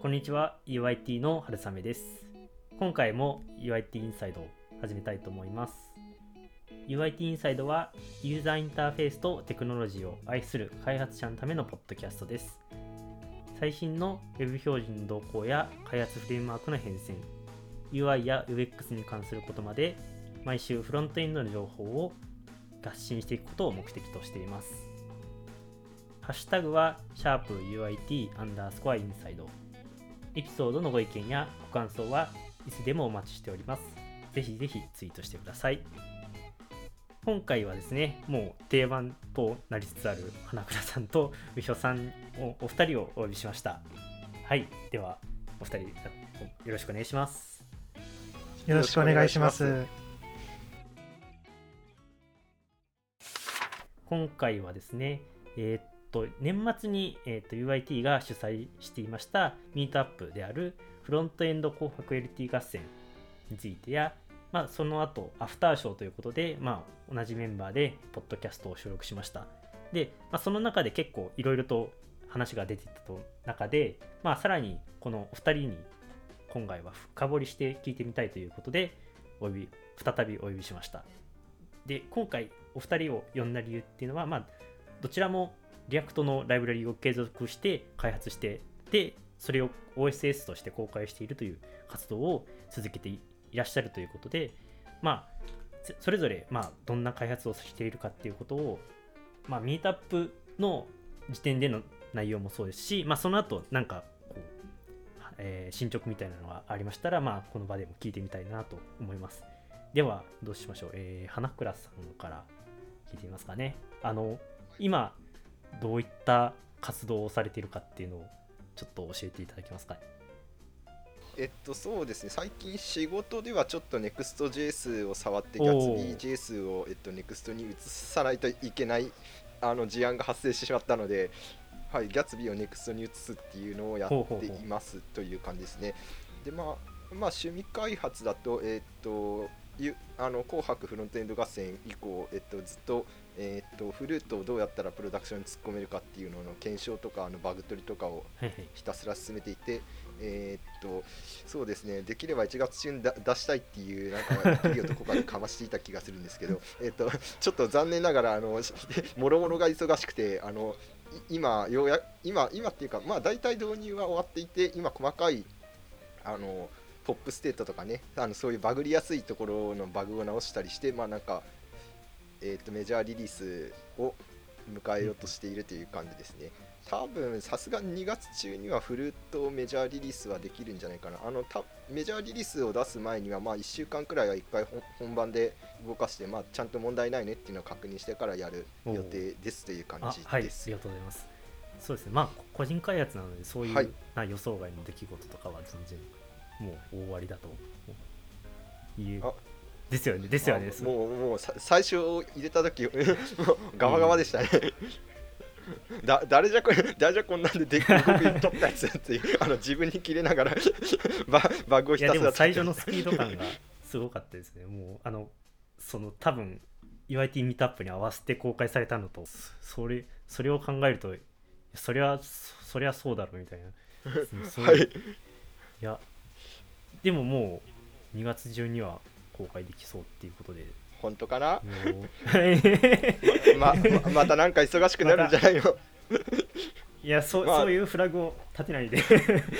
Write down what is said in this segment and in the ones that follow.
こんにちは、UIT の春雨です。今回も UIT インサイドを始めたいと思います。UIT インサイドはユーザーインターフェースとテクノロジーを愛する開発者のためのポッドキャストです。最新の Web 標準の動向や開発フレームワークの変遷、UI や UX に関することまで毎週フロントエンドの情報を合心していくことを目的としています。ハッシュタグは#UIT_inside。エピソードのご意見やご感想はいつでもお待ちしております。ぜひぜひツイートしてください。今回はですね、もう定番となりつつある花倉さんとうひょさんをお二人をお呼びしました。はい、ではお二人よろしくお願いします。 よろしくお願いします。 今回はですね、年末に、UIT が主催していましたミートアップであるフロントエンド紅白 LT 合戦についてや、その後アフターショーということで、同じメンバーでポッドキャストを収録しました。で、その中で結構いろいろと話が出ていた中で、さらにこのお二人に今回は深掘りして聞いてみたいということで再びお呼びしました。で、今回お二人を呼んだ理由っていうのは、どちらもリアクトのライブラリを継続して開発して、でそれを OSS として公開しているという活動を続けていらっしゃるということで、それぞれどんな開発をしているかっていうことを、ミートアップの時点での内容もそうですし、その後なんかこう、進捗みたいなのがありましたら、この場でも聞いてみたいなと思います。ではどうしましょう。花倉さんから聞いてみますかね。今どういった活動をされているかっていうのをちょっと教えていただけますか。 そうですね、最近仕事ではちょっと Next.js を触ってGatsby.js を、Next に移さないといけない事案が発生してしまったので、はい、Gatsby を Next に移すっていうのをやっていますという感じですね。で、趣味開発だと、紅白フロントエンド合戦以降、ずっとフルートをどうやったらプロダクションに突っ込めるかっていうのの検証とかバグ取りとかをひたすら進めていて、そうですね、できれば1月中に出したいっていうなんか企業とここでかましていた気がするんですけどちょっと残念ながらもろもろが忙しくて今っていうか大体導入は終わっていて、今細かいポップステートとかね、そういうバグりやすいところのバグを直したりして、メジャーリリースを迎えようとしているという感じですね。多分さすがに2月中にはフルートメジャーリリースはできるんじゃないかな。メジャーリリースを出す前には1週間くらいは1回本番で動かして、ちゃんと問題ないねっていうのを確認してからやる予定ですという感じです。 はい、ありがとうございます。そうですね、個人開発なのでそういう、予想外の出来事とかは全然もう大終わりだというですよね。 もう最初入れた時ガバガバでしたね。誰じゃこんなんで動き取ったやつっていう自分に切れながらバグをひたすら。 いやでも最初のスピード感がすごかったですね。もうその多分 UIT ミートアップに合わせて公開されたのとそれを考えるとそりゃそうだろうみたいなはい。 いやでももう2月中には公開できそうっていうことで。 本当かなまたなんか忙しくなるんじゃないのいやそういうフラグを立てないで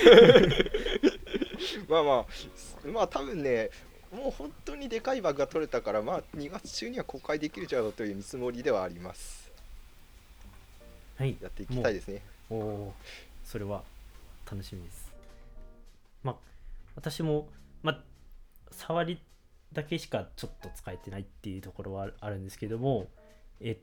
多分ね、もう本当にでかいバグが取れたから2月中には公開できるじゃろうという見積もりではあります。 はい、 やっていきたいですね。 それは楽しみです。私も触りだけしかちょっと使えてないっていうところはあるんですけども、で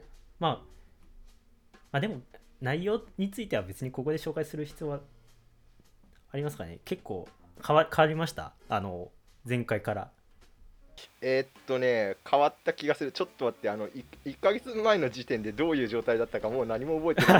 も内容については別にここで紹介する必要はありますかね。結構変わりました、前回から。 変わった気がする。ちょっと待って、1ヶ月前の時点でどういう状態だったかもう何も覚えて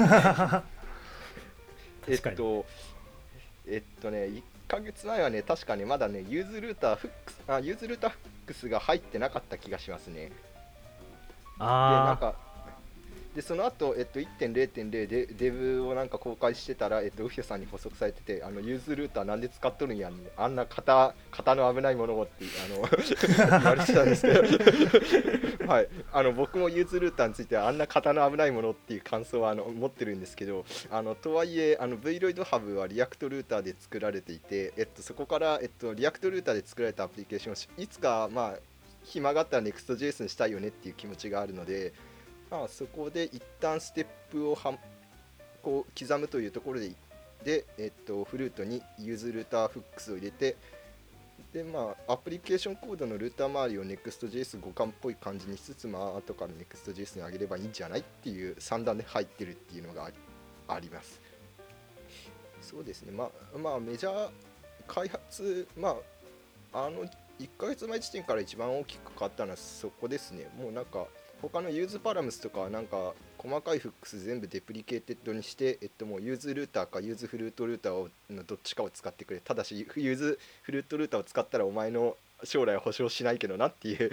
ない確かに 1ヶ月前はね、確かね、まだね、ユーズルーターフックスが入ってなかった気がしますね。で、なんかでその後、1.0.0 でデブをなんか公開してたら、ウフィオさんに補足されてて、ユーズルーターなんで使っとるんやん、あんな型の危ないものをって言われてたんですけどはい、僕もユーズルーターについてはあんな型の危ないものっていう感想は持ってるんですけど、とはいえVroid Hub はリアクトルーターで作られていて、そこから、リアクトルーターで作られたアプリケーションをいつかまあ暇があったら Next.js にしたいよねっていう気持ちがあるので、まあ、そこで一旦ステップをこう刻むというところで、フルートにユーズルーターフックスを入れて、でまあ、アプリケーションコードのルーター周りを Next.js 互換っぽい感じにしつつ、まあ後から Next.js に上げればいいんじゃないっていう算段で入ってるっていうのがあります。そうですね、まあメジャー開発、まあ1ヶ月前時点から一番大きく変わったのはそこですね。もうなんか他のユーズパラムスとかなんか細かいフックス全部デプリケーテッドにして、もうユーズルーターかユーズフルートルーターのどっちかを使ってくれ。ただしユーズフルートルーターを使ったらお前の将来は保証しないけどなっていう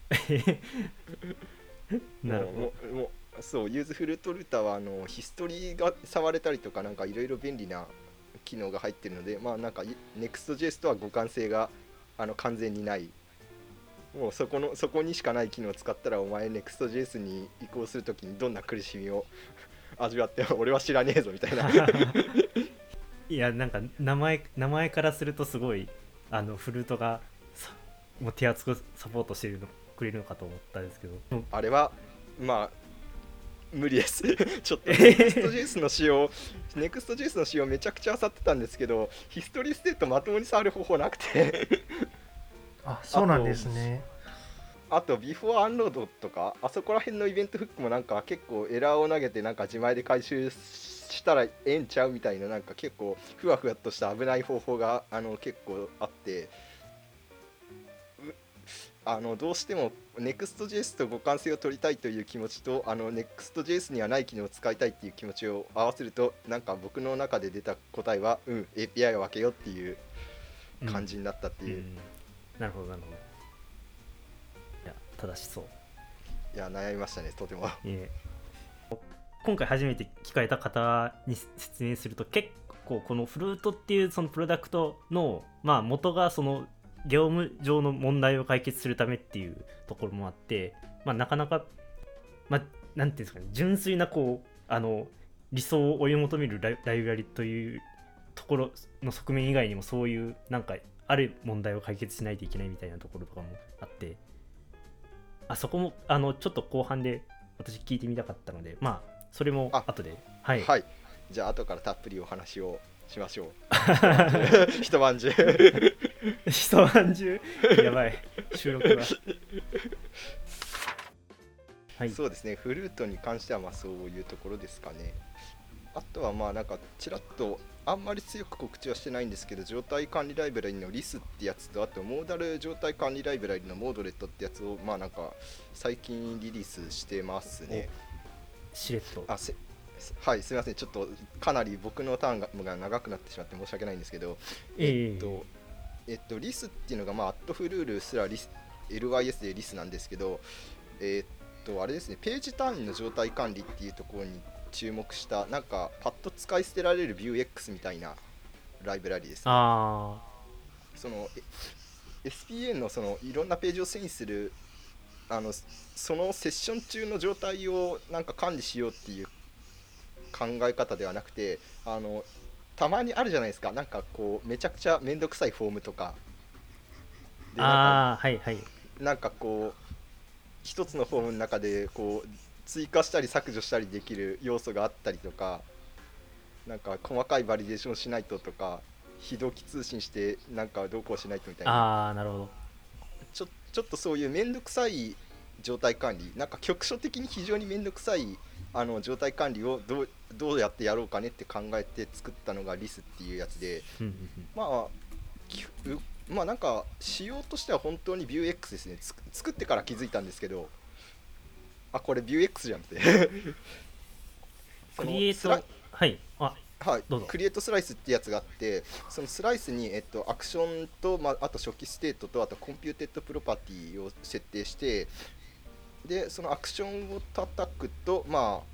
なるほど。 もうそう、ユーズフルートルーターはヒストリーが触れたりとかなんかいろいろ便利な機能が入ってるので、まあなんか Next.js とは互換性が完全にない。もうそこにしかない機能を使ったらお前 Next.js に移行するときにどんな苦しみを味わって俺は知らねえぞみたいないやなんか名前からするとすごいフルートがもう手厚くサポートしてくれるのかと思ったんですけど、 あれはまあ無理ですちょっと Next.js の仕様Next.js の仕様めちゃくちゃ漁ってたんですけど、ヒストリーステートまともに触る方法なくてあ、そうなんですね。 あとビフォーアンロードとかあそこら辺のイベントフックもなんか結構エラーを投げてなんか自前で回収したらええんちゃうみたいな、なんか結構ふわふわとした危ない方法が結構あって、どうしても Next.js と互換性を取りたいという気持ちとNext.js にはない機能を使いたいっていう気持ちを合わせると、なんか僕の中で出た答えはAPI を分けようっていう感じになったっていう、 なるほどなるほど。いや正しそう。 いや悩みましたねとても。 今回初めて聞かれた方に説明すると、結構このフルートっていうそのプロダクトの、まあ、元がその業務上の問題を解決するためっていうところもあって、まあ、なかなか、まあ、なんていうんですかね、純粋なこう理想を追い求めるライブラリというところの側面以外にも、そういうなんかある問題を解決しないといけないみたいなところとかもあって、そこもちょっと後半で私聞いてみたかったので、まあそれも後ではい、 じゃあ後からたっぷりお話をしましょう一晩中一晩中やばい収録がはい、 そうですね、フルートに関してはまあそういうところですかね。あとはまあなんかちらっとあんまり強く告知はしてないんですけど、状態管理ライブラリの RIS ってやつと、あとモーダル状態管理ライブラリのモードレットってやつをまあなんか最近リリースしてますね。 しれっとはい、すみません、ちょっとかなり僕のターンが長くなってしまって申し訳ないんですけど、RIS っていうのがまあアットフルールすらLYS で RIS なんですけど、あれですね、ページ単位の状態管理っていうところに注目した、なんかパッと使い捨てられる Vuex みたいなライブラリですね。その SPN のそのいろんなページを遷移するそのセッション中の状態をなんか管理しようっていう考え方ではなくて、たまにあるじゃないですか、なんかこうめちゃくちゃめんどくさいフォームとかで、なんかこう一つのフォームの中でこう追加したり削除したりできる要素があったりとか、なんか細かいバリデーションしないととか、非同期通信してなんかどうこうしないとみたいな、 なるほど、 ちょっとそういうめんどくさい状態管理、なんか局所的に非常にめんどくさい状態管理をどうやってやろうかねって考えて作ったのが RIS っていうやつでまあなんか仕様としては本当に Vuex ですね。作ってから気づいたんですけど、これ Vuex じゃんってクリエイトどうぞ。 クリエイトスライスってやつがあって、そのスライスに、アクションと、あと初期ステートと、あとコンピューテッドプロパティを設定して、でそのアクションを叩くと、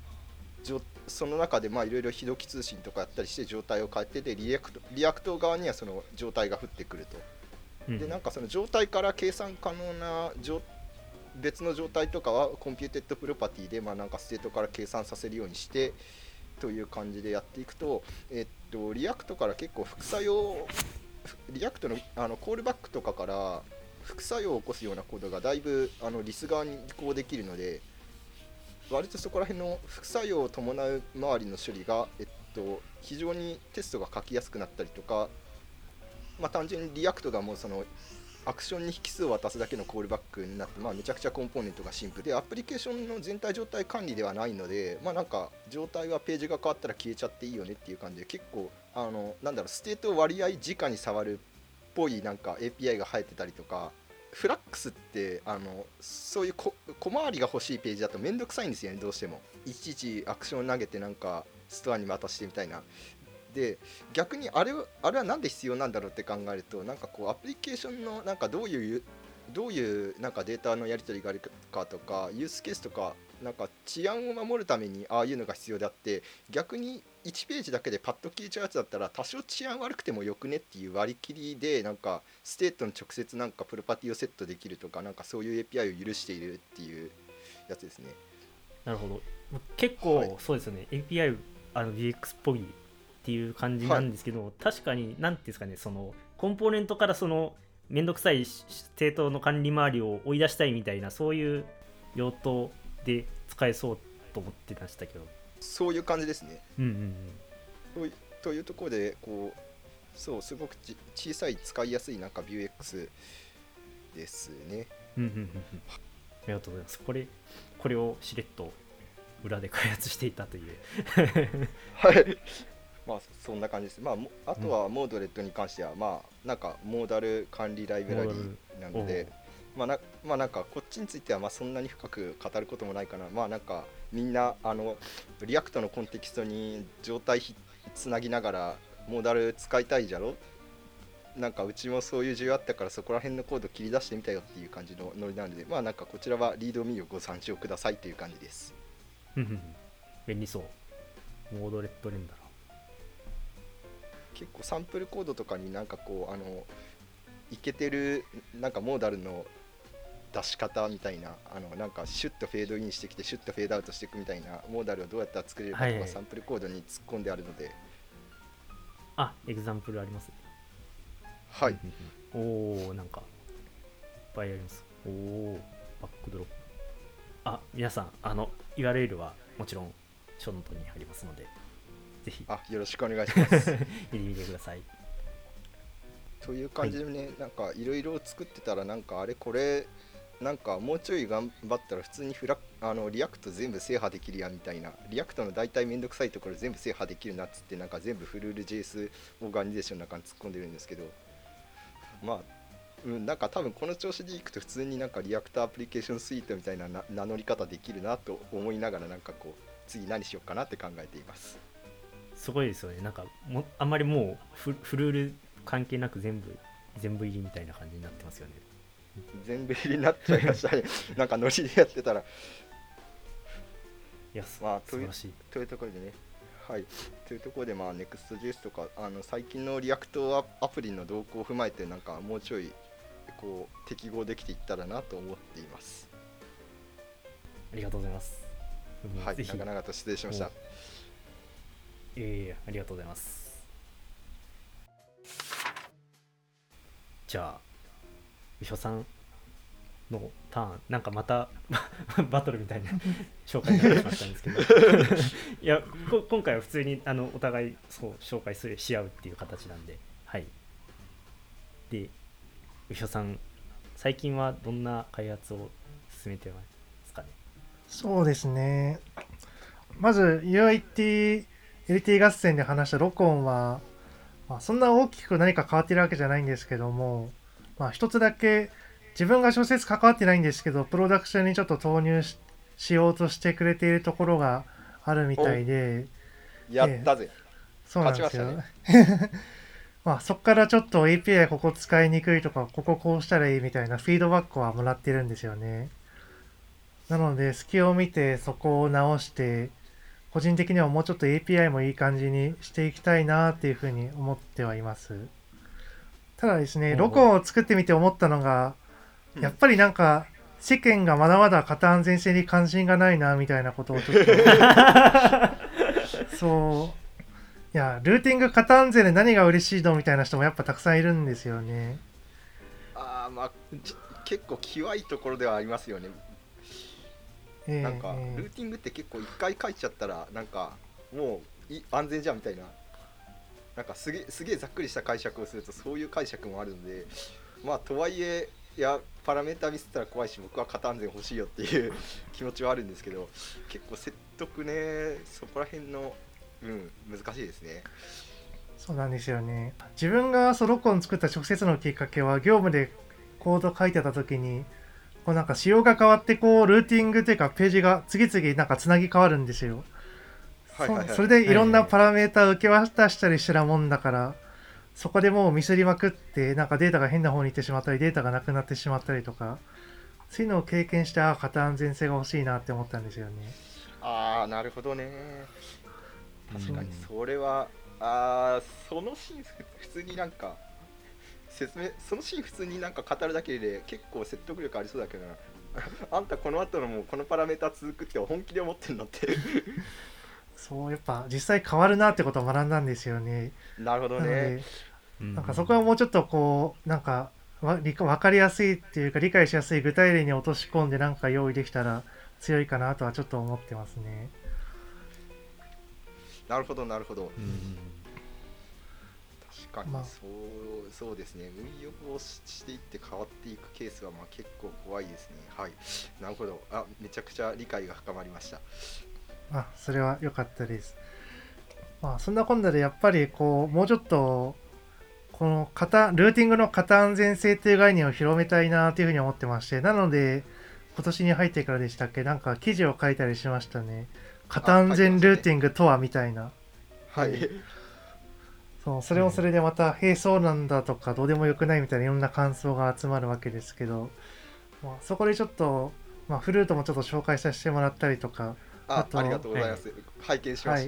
その中でいろいろ非同期通信とかやったりして状態を変えて、でリアクト側にはその状態が降ってくると。でなんかその状態から計算可能な別の状態とかはコンピューテッドプロパティでなんかステートから計算させるようにしてという感じでやっていくと、リアクトから結構副作用、リアクトのコールバックとかから副作用を起こすようなコードがだいぶリス側に移行できるので、割とそこら辺の副作用を伴う周りの処理が、非常にテストが書きやすくなったりとか、単純にリアクトがもうそのアクションに引数を渡すだけのコールバックになって、めちゃくちゃコンポーネントがシンプルで、アプリケーションの全体状態管理ではないので、なんか状態はページが変わったら消えちゃっていいよねっていう感じで、結構ステートを割合直に触るっぽいなんか API が生えてたりとか、フラックスってそういう小回りが欲しいページだとめんどくさいんですよね、どうしても。いちいちアクション投げてなんかストアに渡してみたいな。で逆にあれはなんで必要なんだろうって考えると、なんかこうアプリケーションのなんかどういうなんかデータのやり取りがあるかとかユースケースとか、なんか治安を守るためにああいうのが必要であって、逆に1ページだけでパッと消えちゃうやつだったら多少治安悪くてもよくねっていう割り切りで、なんかステートに直接なんかプロパティをセットできるとか、なんかそういう API を許しているっていうやつですね。 なるほど。結構そうですよね、API DX っぽいっていう感じなんですけど、確かに何ていうんですかね、そのコンポーネントからそのめんどくさいステートの管理周りを追い出したいみたいな、そういう用途で使えそうと思ってましたけど、 そういう感じですね。というところでこうすごく小さい使いやすいなんか Vuex ですね。 ありがとうございます。これをしれっと裏で開発していたというはいそんな感じです。あとはモードレットに関してはなんかモーダル管理ライブラリーなので、なんかこっちについてはそんなに深く語ることもないかな。なんかみんなリアクトのコンテキストに状態つなぎながらモーダル使いたいじゃろ、なんかうちもそういう需要あったからそこら辺のコード切り出してみたよっていう感じのノリなので、なんかこちらはリードミーをご参照くださいという感じです。 便利そう。モードレットレンダー結構サンプルコードとかになんかこういけてるなんかモーダルの出し方みたいな、なんかシュッとフェードインしてきてシュッとフェードアウトしていくみたいなモーダルをどうやったら作れるかとか、サンプルコードに突っ込んであるので、 エグザンプルありますね。なんかいっぱいあります。バックドロップ。皆さんURL はもちろんショーノートに貼りますので、ぜひよろしくお願いします見てみてください。 という感じでね、なんかいろいろ作ってたらなんかこれなんかもうちょい頑張ったら普通にリアクト全部制覇できるやみたいな、リアクトの大体めんどくさいところ全部制覇できるなっつって、なんか全部フルール JS オーガニゼーションの中に突っ込んでるんですけど、なんか多分この調子でいくと普通になんかリアクトアプリケーションスイートみたいな名乗り方できるなと思いながら、なんかこう次何しようかなって考えています。 すごいですよね。なんかあんまりもうフルール関係なく全部入りみたいな感じになってますよね。 全部入りになっちゃいましたねなんかノリでやってたら。 素晴らしい。 というところでね、というところでNext.js とか最近のリアクトアプリの動向を踏まえて、なんかもうちょいこう適合できていったらなと思っています。 ありがとうございます。 長々と失礼しました。 ありがとうございます。じゃあうひょさんのターン、なんかまたバトルみたいな紹介になってしまったんですけどいや今回は普通にお互い紹介し合うっていう形なんで、でうひょさん、最近はどんな開発を進めてますかね。 そうですね、まず UIT LT 合戦で話したロコンは、そんな大きく何か変わってるわけじゃないんですけども、一つだけ自分が直接関わってないんですけど、プロダクションにちょっと投入 しようとしてくれているところがあるみたいで、 やったぜ、 そうなんですよ、そこからちょっと API ここ使いにくいとか、こここうしたらいいみたいなフィードバックはもらってるんですよね。なので隙を見てそこを直して、 個人的にはもうちょっと API もいい感じにしていきたいなっていうふうに思ってはいます。ただですね、ロコンを作ってみて思ったのが、やっぱりなんか世間がまだまだ型安全性に関心がないなみたいなことをちょっとそういやルーティング型安全で何が嬉しいのみたいな人もやっぱたくさんいるんですよね。 まあ結構際いところではありますよね。なんかルーティングって結構一回書いちゃったらなんかもう安全じゃんみたいな、なんかすげえざっくりした解釈をするとそういう解釈もあるので、まあとはいえパラメータミスったら怖いし僕は型安全欲しいよっていう気持ちはあるんですけど、結構説得ね、そこら辺の難しいですね。 そうなんですよね。自分がロコン作った直接のきっかけは業務でコード書いてた時にこうなんか仕様が変わってこうルーティングというかページが次々なんかつなぎ変わるんですよ。それでいろんなパラメータを受け渡したりしてたもんだから、そこでもうミスりまくってなんかデータが変な方に行ってしまったりデータがなくなってしまったりとか、そういうのを経験して型安全性が欲しいなって思ったんですよね。 なるほどね。確かにそれはそのシーン普通になんかそのシーン普通になんか語るだけで結構説得力ありそうだけどなあんたこの後のもうこのパラメータ続くって本気で思ってんのってそうやっぱ実際変わるなってことを学んだんですよね。 なるほどね。 なんかそこはもうちょっとこうなんか分かりやすいっていうか理解しやすい具体例に落とし込んでなんか用意できたら強いかなとはちょっと思ってますね。 なるほどなるほど、確かにそうですね。運用をしていって変わっていくケースはまあ結構怖いですね。はい、なるほど。めちゃくちゃ理解が深まりました。 それは良かったです。そんなこんなでやっぱりこうもうちょっとこのルーティングの型安全性という概念を広めたいなというふうに思ってまして、なので今年に入ってからでしたっけ、なんか記事を書いたりしましたね。型安全ルーティングとはみたいな。 はい。 それもそれでまた「へえそうなんだ」とか「どうでもよくない」みたいないろんな感想が集まるわけですけど、そこでちょっと、フルートもちょっと紹介させてもらったりとか、 ありがとうございます、拝見しました、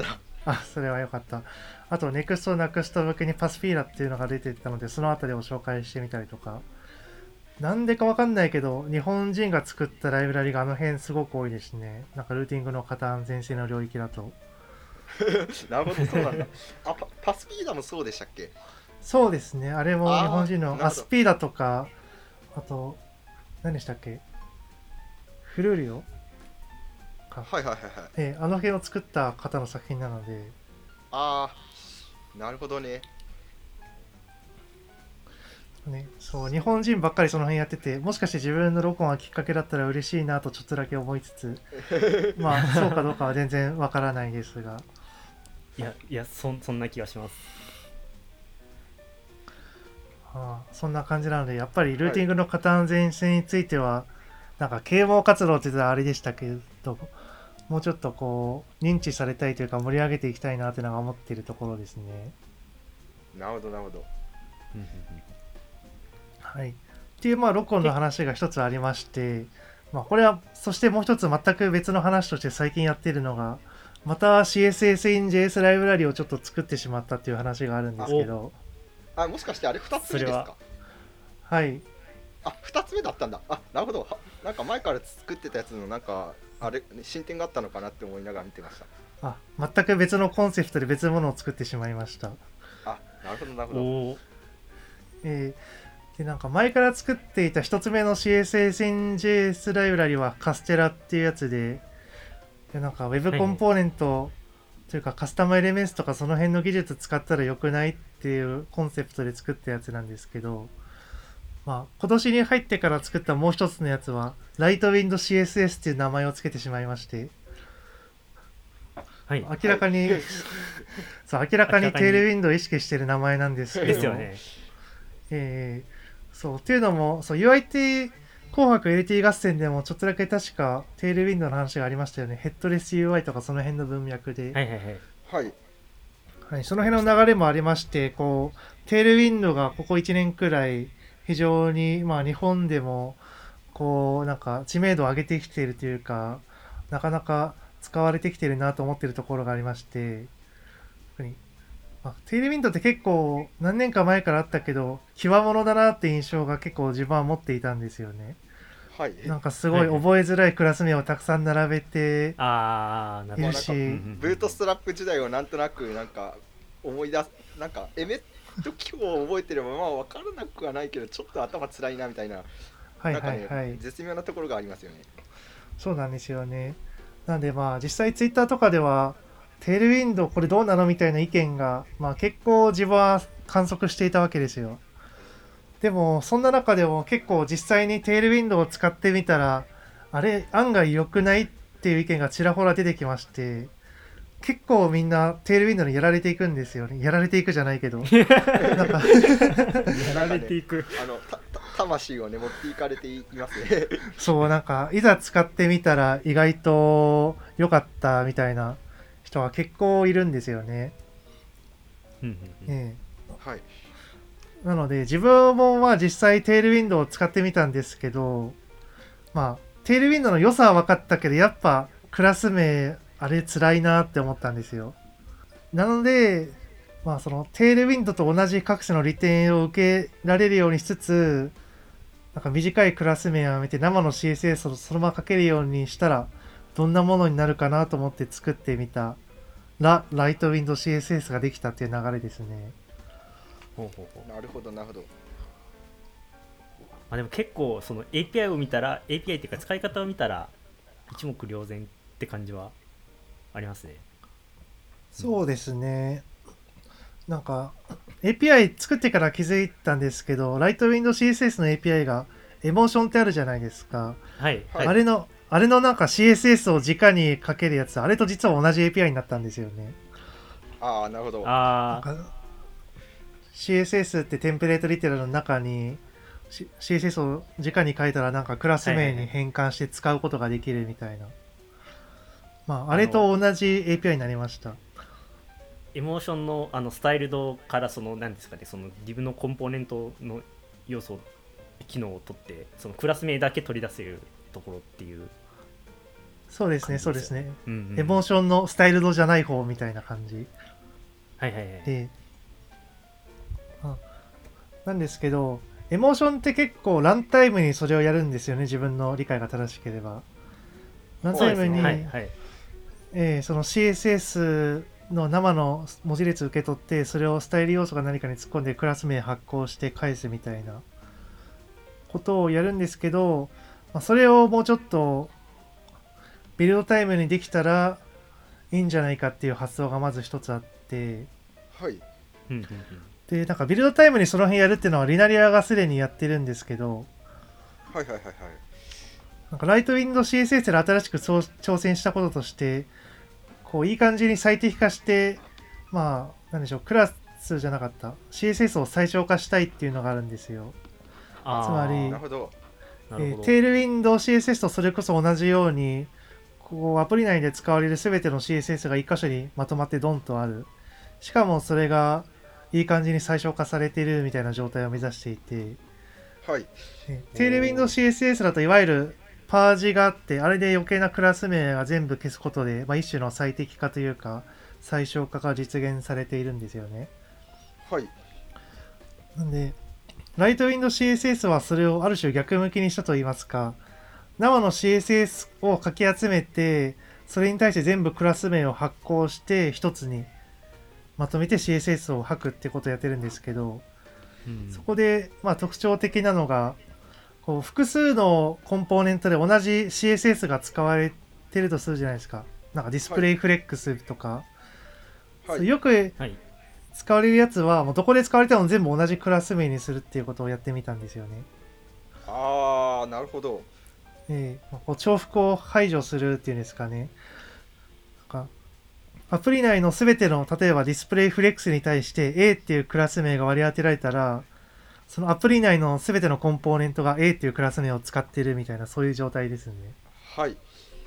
それはよかった。あと NEXT 向けにパスピーラっていうのが出てたのでそのあたりを紹介してみたりとか、なんでかわかんないけど日本人が作ったライブラリがあの辺すごく多いですね。なんかルーティングの型安全性の領域だとなるほど、そうなんだ。パスピーダもそうでしたっけ？ そうですね、あれも日本人のアスピーダとか、あと何でしたっけ、フルーリオか、 はいはいはいはい、 あの辺を作った方の作品なので。 なるほどね。 そう日本人ばっかりその辺やってて、もしかして自分のロコンがきっかけだったら嬉しいなとちょっとだけ思いつつそうかどうかは全然わからないですがいやそんな気がします。 そんな感じなのでやっぱりルーティングの型安全性については、なんか啓蒙活動って言ったらあれでしたけど、もうちょっとこう認知されたいというか盛り上げていきたいなというのが思っているところですね。 なるほどなるほど。 はい、っていうロコンの話が一つありまして、これはそしてもう一つ全く別の話として最近やっているのが、また CSS in JS ライブラリをちょっと作ってしまったっていう話があるんですけど、 もしかしてあれ2つ目ですか？ はい。 2つ目だったんだ。なるほど。なんか前から作ってたやつのなんかあれ進展があったのかなって思いながら見てました。 全く別のコンセプトで別のものを作ってしまいました。 なるほどなるほど。 でなんか前から作っていた一つ目の CSS in JS ライブラリはカステラっていうやつで、なんか Web コンポーネントというかカスタム LMS とかその辺の技術使ったらよくないっていうコンセプトで作ったやつなんですけど、今年に入ってから作ったもう一つのやつは Lightwind CSS っていう名前をつけてしまいまして、明らかにテールウィンドを意識している名前なんですけどですよね。っていうのもUIT 紅白 LT 合戦でもちょっとだけ確かテールウィンドの話がありましたよね。ヘッドレス UI とかその辺の文脈で、その辺の流れもありまして、こうテールウィンドがここ1年くらい非常に日本でもこうなんか知名度を上げてきているというか、なかなか使われてきてるなと思ってるところがありまして、特にテールウィンドって結構何年か前からあったけど極物だなって印象が結構自分は持っていたんですよね。 はいなんかすごい覚えづらいクラス名をたくさん並べてああ、なるほど。 いるし、 ブートストラップ時代をなんとなくなんか思い出す、なんかエメット記号を覚えてればまあ分からなくはないけどちょっと頭つらいなみたいな、 はいなんかね、 はいはい、 絶妙なところがありますよね。 そうなんですよね。なんでまあ実際ツイッターとかではテールウィンドこれどうなのみたいな意見が、まあ、結構自分は観測していたわけですよ。でもそんな中でも結構実際にテールウィンドを使ってみたらあれ案外良くないっていう意見がちらほら出てきまして、結構みんなテールウィンドにやられていくんですよね。やられていくじゃないけどなんかやられていく。 魂をね持っていかれていますね。 そうなんかいざ使ってみたら意外と良かったみたいな人が結構いるんですよね。えはい。 え、なので自分もまあ実際テールウィンドウを使ってみたんですけど、まあテールウィンドウの良さは分かったけどやっぱクラス名あれ辛いなって思ったんですよ。なのでまあそのテールウィンドウと同じ各種の利点を受けられるようにしつつ、なんか短いクラス名をやめて生の CSS をそのまま書けるようにしたらどんなものになるかなと思って作ってみたライトウィンドウ CSS ができたっていう流れですね。 ほうほうほう。 なるほどなるほど。 でも結構その API を見たら API っていうか使い方を見たら一目瞭然って感じはありますね。 そうですね。なんか API 作ってから気づいたんですけど、ライトウィンドウ CSS の API がエモーションってあるじゃないですか。 はいはい。 あれのなんか CSS を直に書けるやつ、あれと実は同じ API になったんですよね。 ああなるほど。 ああ、 なんか CSS ってテンプレートリテラルの中に、CSS を直に書いたらなんかクラス名に変換して使うことができるみたいな。まあ、あれと同じ API になりました。 エモーションのスタイルドからその何ですかね、その自分のコンポーネントの要素機能を取ってそのクラス名だけ取り出せるところっていう。 そうですねそうですね、 うんうん、 エモーションのスタイルドじゃない方みたいな感じはいはいはい。 で、なんですけどエモーションって結構ランタイムにそれをやるんですよね。自分の理解が正しければランタイムに、 ね、はいはい、 その CSS の生の文字列受け取ってそれをスタイル要素が何かに突っ込んでクラス名発行して返すみたいなことをやるんですけど、それをもうちょっとビルドタイムにできたらいいんじゃないかっていう発想がまず一つあって、 はい。 でなんかビルドタイムにその辺やるっていうのはリナリアがすでにやってるんですけど、 はいはいはいはい。 なんかライトウィンドウ CSS で新しく挑戦したこととしてこういい感じに最適化して、まあなんでしょう、クラスじゃなかった CSS を最小化したいっていうのがあるんですよ。つまりなるほど。 テールウィンドウ CSS とそれこそ同じようにこうアプリ内で使われる全ての CSS が一箇所にまとまってドンとある。しかもそれがいい感じに最小化されているみたいな状態を目指していて、 はい。 テールウィンドウ CSS だといわゆるパージがあって、あれで余計なクラス名が全部消すことで、一種の最適化というか最小化が実現されているんですよね。 はい。 なんでライトウィンドウ CSS はそれをある種逆向きにしたといいますか、生の CSS をかき集めてそれに対して全部クラス名を発行して一つにまとめて CSS を吐くってことをやってるんですけど、そこで特徴的なのがこう複数のコンポーネントで同じ CSS が使われてるとするじゃないですか。なんかディスプレイフレックスとか、よく使われるやつはもうどこで使われても全部同じクラス名にするっていうことをやってみたんですよね。 ああ、なるほど。 こう重複を排除するっていうんですかね。なんかアプリ内のすべての例えばディスプレイフレックスに対して A っていうクラス名が割り当てられたら、そのアプリ内のすべてのコンポーネントが A っていうクラス名を使ってるみたいな、そういう状態ですね。 はい。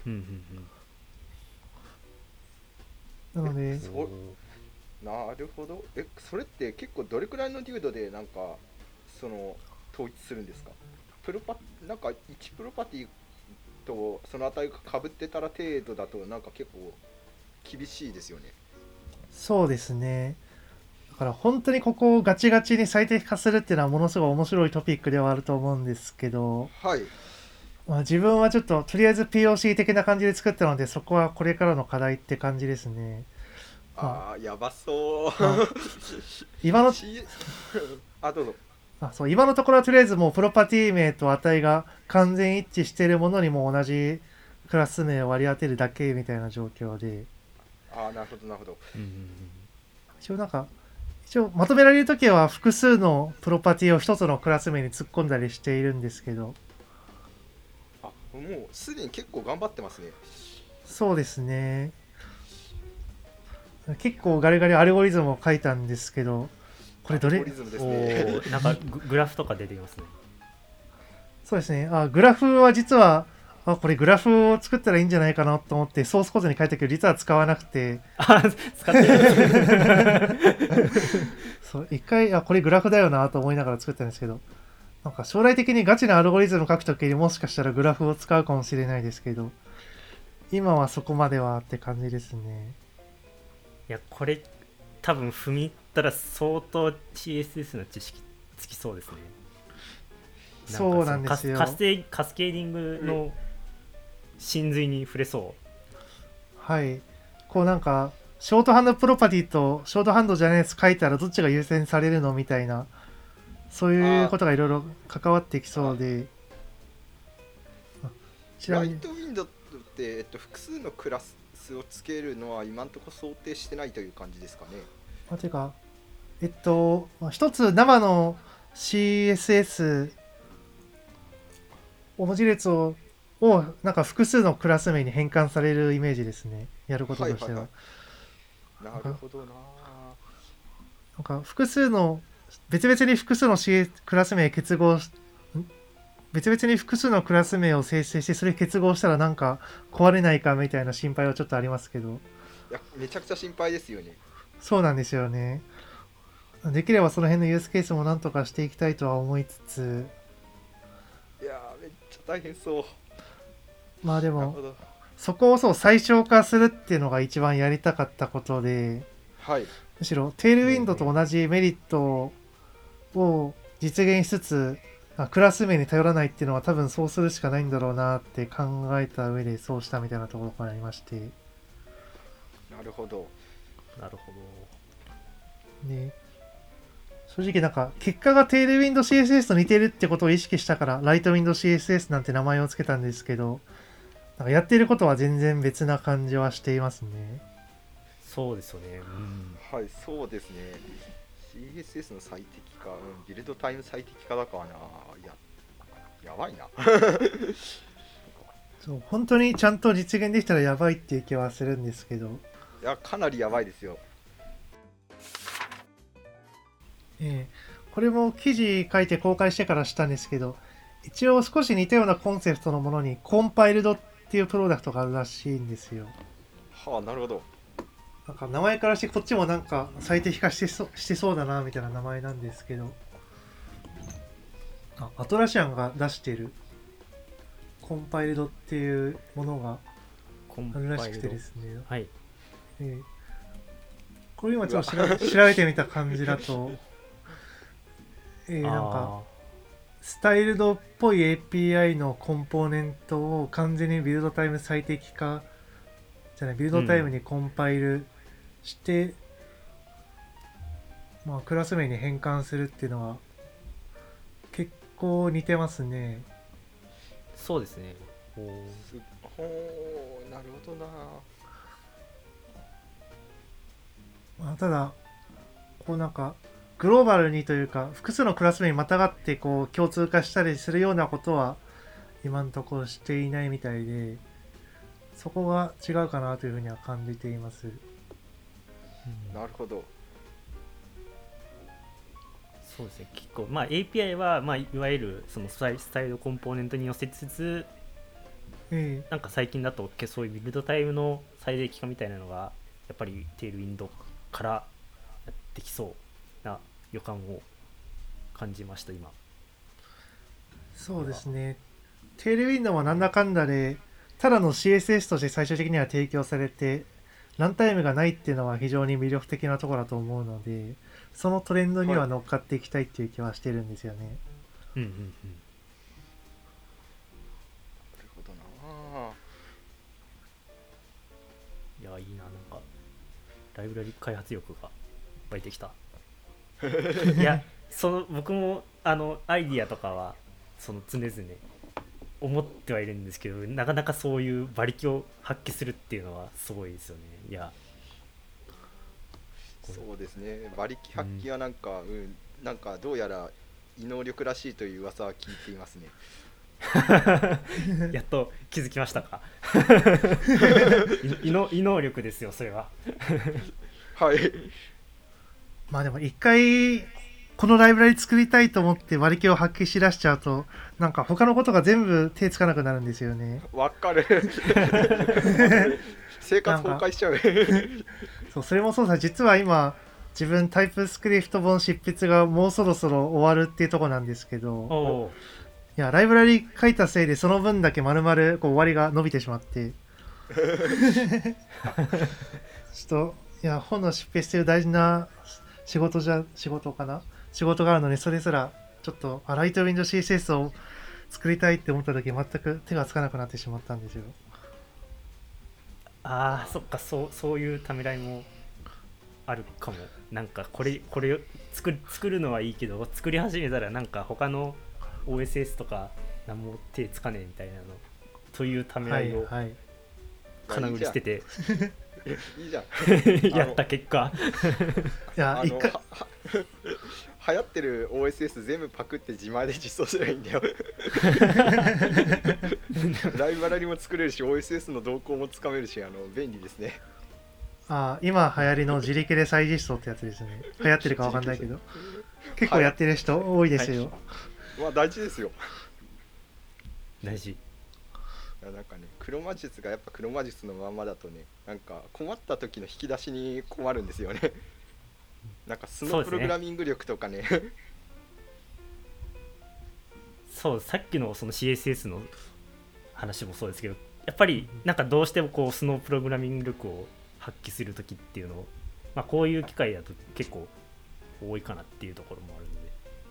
なのでなるほど。それって結構どれくらいの流度でなんかその統一するんですか？なんか1プロパティとその値がかぶってたら程度だとなんか結構厳しいですよね。 そうですね。だから本当にここをガチガチに最適化するっていうのはものすごい面白いトピックではあると思うんですけど、 はい。 まあ、自分はちょっととりあえず POC 的な感じで作ったので、そこはこれからの課題って感じですね。まああ、やばそう。 あ、まあ、今のどうぞ。 そう、今のところはとりあえずもうプロパティ名と値が完全一致しているものにも同じクラス名を割り当てるだけみたいな状況で、 ああ、なるほどなるほど。 一応まとめられるときは複数のプロパティを一つのクラス名に突っ込んだりしているんですけど、 あ、もうすでに結構頑張ってますね。 そうですね。結構ガリガリアルゴリズムを書いたんですけど、これどれ、 アルゴリズムですね。 なんかグラフとか出てきますね。 そうですね。グラフは実は、これグラフを作ったらいいんじゃないかなと思ってソースコードに書いたけど実は使わなくて、 使ってる。 そう一回これグラフだよなと思いながら作ったんですけど、なんか将来的にガチなアルゴリズム書くときにもしかしたらグラフを使うかもしれないですけど、今はそこまではって感じですね。 いやこれ多分踏み入ったら相当 CSS の知識つきそうですね。 そうなんですよ。 カスケーディングの真髄に触れそう。 はい。こうなんかショートハンドプロパティとショートハンドじゃないやつ書いたらどっちが優先されるのみたいな、そういうことがいろいろ関わってきそうで。ちなみにライトウィンドウって、複数のクラスをつけるのは今んとこ想定してないという感じですかね。 てか一つ生の CSS 文字列をなんか複数のクラス名に変換されるイメージですね。やることとしては。 なるほどな。 なんか別々に複数のクラス名結合別々に複数のクラス名を生成してそれ結合したらなんか壊れないかみたいな心配はちょっとありますけど。 いや、めちゃくちゃ心配ですよね。 そうなんですよね。できればその辺のユースケースもなんとかしていきたいとは思いつつ、 いやめっちゃ大変そう。 まあでもそこを最小化するっていうのが一番やりたかったことで、 はい。 むしろテールウィンドと同じメリットを実現しつつクラス名に頼らないっていうのは多分そうするしかないんだろうなって考えた上でそうしたみたいなところからありまして、 なるほど。 なるほで正直なんか結果がテールウィンド CSS と似てるってことを意識したからライトウィンド CSS なんて名前を付けたんですけど、なんかやっていることは全然別な感じはしていますね。 そうですよね。 はい、そうですね。CSS の最適化、ビルドタイム最適化だからな。やばいな。 そう本当にちゃんと実現できたらやばいっていう気はするんですけど、 いや、かなりやばいですよ。 これも記事書いて公開してからしたんですけど、一応少し似たようなコンセプトのものにコンパイルドっていうプロダクトがあるらしいんですよ。 はあ、なるほど。 なんか名前からしてこっちもなんか最適化してそうだなみたいな名前なんですけど、アトラシアンが出しているコンパイルドっていうものがあるらしくてですね、 はい。 これ今ちょっと調べてみた感じだとなんかスタイルドっぽい API のコンポーネントを完全にビルドタイム最適化じゃないビルドタイムにコンパイルして、まあクラス名に変換するっていうのは結構似てますね。 そうですね。 ほう、なるほどな。 まあ、ただこうなんかグローバルにというか複数のクラス名にまたがってこう共通化したりするようなことは今のところしていないみたいで、そこが違うかなというふうには感じています。 なるほど。 そうですね。結構、まあ、API は、まあ、いわゆるそのスタイルコンポーネントに寄せつつ、なんか最近だとそういうビルドタイムの最適化みたいなのがやっぱりテールウィンドからやってきそうな予感を感じました今。 そうですね。 テールウィンドもなんだかんだでただの CSS として最終的には提供されてランタイムがないっていうのは非常に魅力的なところだと思うので、そのトレンドには乗っかっていきたいっていう気はしてるんですよね。 うんうんうん。 なるほどな。 いやいいな、なんかライブラリ開発欲が湧いてきた。いや僕もアイディアとかは常々思ってはいるんですけど、なかなかそういう馬力を発揮するっていうのはすごいですよね。いやそうですね、馬力発揮はなんか、なんかどうやら異能力らしいという噂は聞いていますね。 やっと気づきましたか。異能力ですよそれは。 はい。 まあでも一回このライブラリ作りたいと思って割り気を発揮しだしちゃうと、なんか他のことが全部手つかなくなるんですよね。 わかる。生活崩壊しちゃう。 そう、それもそうさ、実は今自分タイプスクリプト本執筆がもうそろそろ終わるっていうとこなんですけど、いやライブラリ書いたせいでその分だけ丸々こう終わりが伸びてしまってちょっといや本の執筆という大事な仕事があるのに、それすらちょっとライトウィンド CSS を作りたいって思った時全く手がつかなくなってしまったんですよ。 ああそっか、そういうためらいもあるかも。なんかこれを作るのはいいけど、作り始めたらなんか他の OSS とか何も手つかねえみたいなのというためらいを金繰りしてて、 いいじゃん。 やった結果いや一回流行ってる OSS 全部パクって自前で実装すればいいんだよ。ライブラリも作れるし OSS の動向もつかめるし、便利ですね。 今流行りの自力で再実装ってやつですね。流行ってるか分かんないけど結構やってる人多いですよ。 まあ大事ですよ。 大事。 なんかね、黒魔術がやっぱ黒魔術のままだとね、なんか困った時の引き出しに困るんですよね。なんか素のプログラミング力とかね。 そう、さっきのその CSS の話もそうですけど、やっぱりなんかどうしてもこう素のプログラミング力を発揮する時っていうのを、まあ、こういう機会だと結構多いかなっていうところもあるので、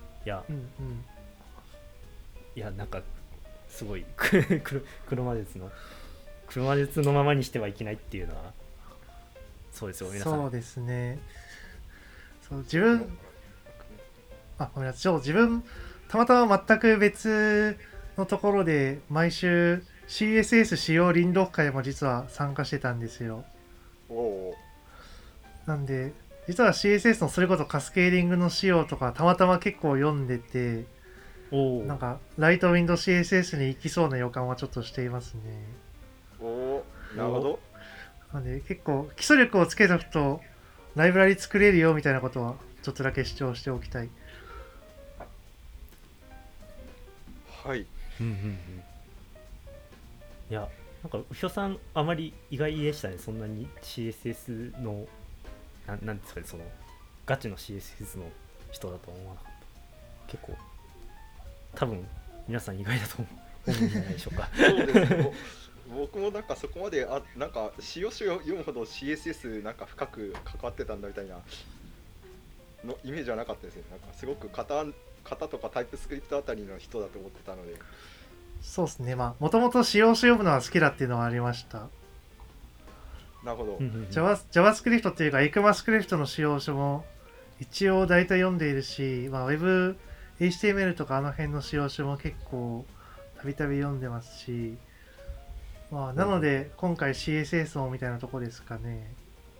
いやなんかすごい黒魔術のままにしてはいけないっていうのはそうですよ皆さん。 そうですね。そう自分ごめんなさい。自分たまたま全く別のところで毎週 CSS 使用臨読会も実は参加してたんですよ。なんで実は CSS のそれこそカスケーディングの仕様とかたまたま結構読んでて、なんかライトウィンド CSS に行きそうな予感はちょっとしていますね。 なるほど。 なんで結構基礎力をつけとくとライブラリ作れるよみたいなことはちょっとだけ主張しておきたい。 はい。 いやなんかうひょさんあまり意外でしたね。そんなに CSS のなんですかね、そのガチの CSS の人だと思わなかった。結構多分皆さん意外だと思うんじゃないでしょうか。 そうですよ。僕もなんかそこまでなんか使用書を読むほど CSS なんか深く関わってたんだみたいなのイメージはなかったですね。なんかすごく型とかタイプスクリプトあたりの人だと思ってたので。 そうですね。もともと使用書読むのは好きだっていうのはありました。 なるほど。 JavaScript っていうか ECMAScript の使用書も一応大体読んでいるし、Web HTML とかあの辺の使用書も結構たびたび読んでますし、なので今回 CSS をみたいなとこですかね。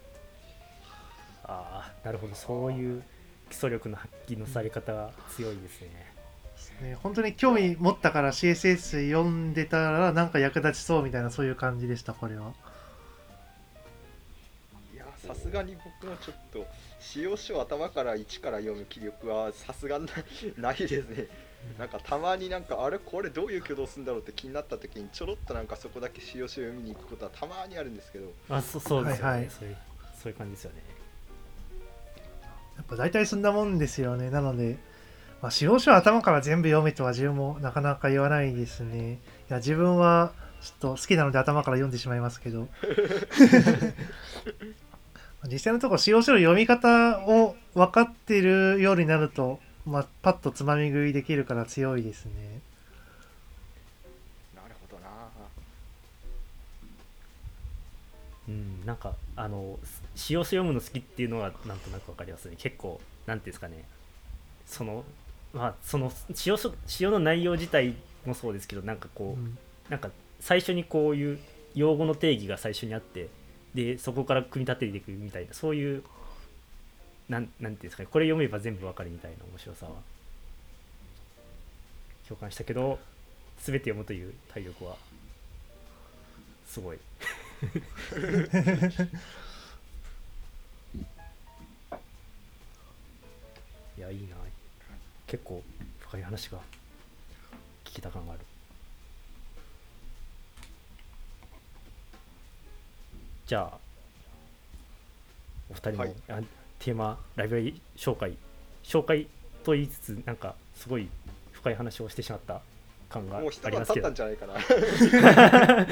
なるほど、そういう基礎力の発揮のされ方が強いですね。 本当に興味持ったから CSS 読んでたらなんか役立ちそうみたいな、そういう感じでした。これは。 いやさすがに僕もちょっと使用書を頭から1から読む気力はさすがないですね。なんかたまになんかこれどういう挙動するんだろうって気になった時にちょろっとなんかそこだけ使用書を読みに行くことはたまにあるんですけど。 そうですよね、そういう感じですよね。 やっぱ大体そんなもんですよね。なのでまあ、司法書は頭から全部読めとは自分もなかなか言わないですね。いや、自分はちょっと好きなので頭から読んでしまいますけど。実際のところ、司法書の読み方を分かっているようになると、まあ、パッとつまみ食いできるから強いですね。 なるほどな。 なんか詩を読むの好きっていうのはなんとなくわかりますね。結構なんていうんですかね、その詩の内容自体もそうですけど、なんかこう、なんか最初にこういう用語の定義が最初にあって、でそこから組み立てていくみたいな、そういうなんていうんですかね、これ読めば全部わかるみたいな面白さは共感したけど、全て読むという体力はすごいいや、いいな、結構深い話が聞けた感がある。じゃあお二人も、 はい、 テーマライブラリ紹介と言いつつ、なんかすごい深い話をしてしまった感があもう一りますけど、 晩経ったんじゃないかな。 あ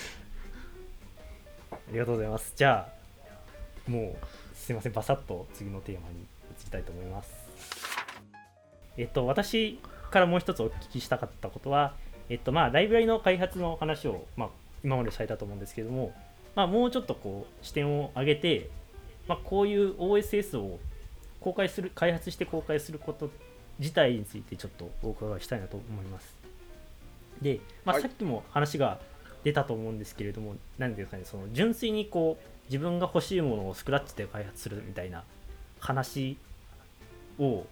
りがとうございます。じゃあもうすいません、バサッと次のテーマに移りたいと思います。私からもう一つお聞きしたかったことは、ライブラリの開発の話を、今までされたと思うんですけれども、もうちょっとこう視点を上げて、こういう OSS を開発して公開すること自体についてちょっとお伺いしたいなと思います。で、 はい、 さっきも話が出たと思うんですけれども、何ていうかね、その純粋にこう自分が欲しいものをスクラッチで開発するみたいな話を、